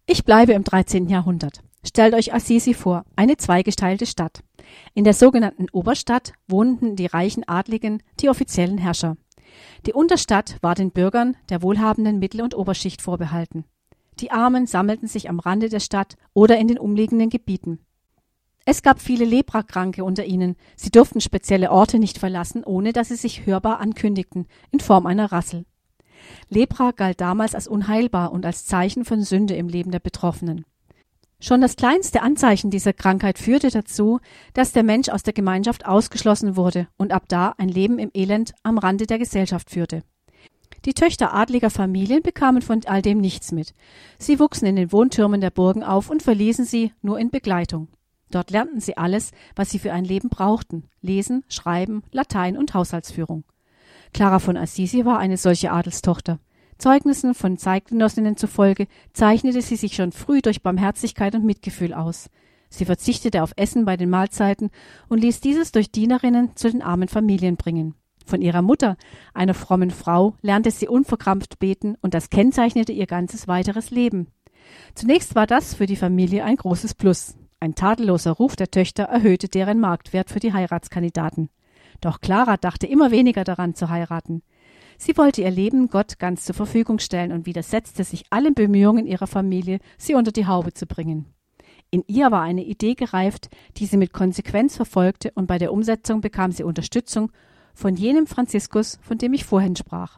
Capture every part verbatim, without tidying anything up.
Ich bleibe im dreizehnten Jahrhundert. Stellt euch Assisi vor, eine zweigeteilte Stadt. In der sogenannten Oberstadt wohnten die reichen Adligen, die offiziellen Herrscher. Die Unterstadt war den Bürgern der wohlhabenden Mittel- und Oberschicht vorbehalten. Die Armen sammelten sich am Rande der Stadt oder in den umliegenden Gebieten. Es gab viele Leprakranke unter ihnen. Sie durften spezielle Orte nicht verlassen, ohne dass sie sich hörbar ankündigten, in Form einer Rassel. Lepra galt damals als unheilbar und als Zeichen von Sünde im Leben der Betroffenen. Schon das kleinste Anzeichen dieser Krankheit führte dazu, dass der Mensch aus der Gemeinschaft ausgeschlossen wurde und ab da ein Leben im Elend am Rande der Gesellschaft führte. Die Töchter adliger Familien bekamen von all dem nichts mit. Sie wuchsen in den Wohntürmen der Burgen auf und verließen sie nur in Begleitung. Dort lernten sie alles, was sie für ein Leben brauchten: Lesen, Schreiben, Latein und Haushaltsführung. Clara von Assisi war eine solche Adelstochter. Zeugnissen von Zeitgenossinnen zufolge zeichnete sie sich schon früh durch Barmherzigkeit und Mitgefühl aus. Sie verzichtete auf Essen bei den Mahlzeiten und ließ dieses durch Dienerinnen zu den armen Familien bringen. Von ihrer Mutter, einer frommen Frau, lernte sie unverkrampft beten und das kennzeichnete ihr ganzes weiteres Leben. Zunächst war das für die Familie ein großes Plus. Ein tadelloser Ruf der Töchter erhöhte deren Marktwert für die Heiratskandidaten. Doch Clara dachte immer weniger daran zu heiraten. Sie wollte ihr Leben Gott ganz zur Verfügung stellen und widersetzte sich allen Bemühungen ihrer Familie, sie unter die Haube zu bringen. In ihr war eine Idee gereift, die sie mit Konsequenz verfolgte, und bei der Umsetzung bekam sie Unterstützung von jenem Franziskus, von dem ich vorhin sprach.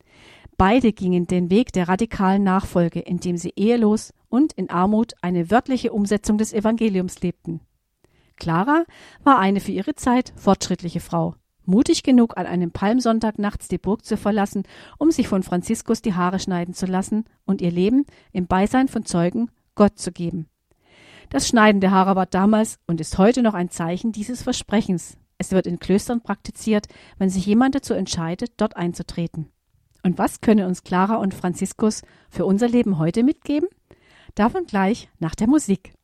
Beide gingen den Weg der radikalen Nachfolge, indem sie ehelos und in Armut eine wörtliche Umsetzung des Evangeliums lebten. Clara war eine für ihre Zeit fortschrittliche Frau, mutig genug, an einem Palmsonntag nachts die Burg zu verlassen, um sich von Franziskus die Haare schneiden zu lassen und ihr Leben im Beisein von Zeugen Gott zu geben. Das Schneiden der Haare war damals und ist heute noch ein Zeichen dieses Versprechens. Es wird in Klöstern praktiziert, wenn sich jemand dazu entscheidet, dort einzutreten. Und was können uns Clara und Franziskus für unser Leben heute mitgeben? Davon gleich nach der Musik.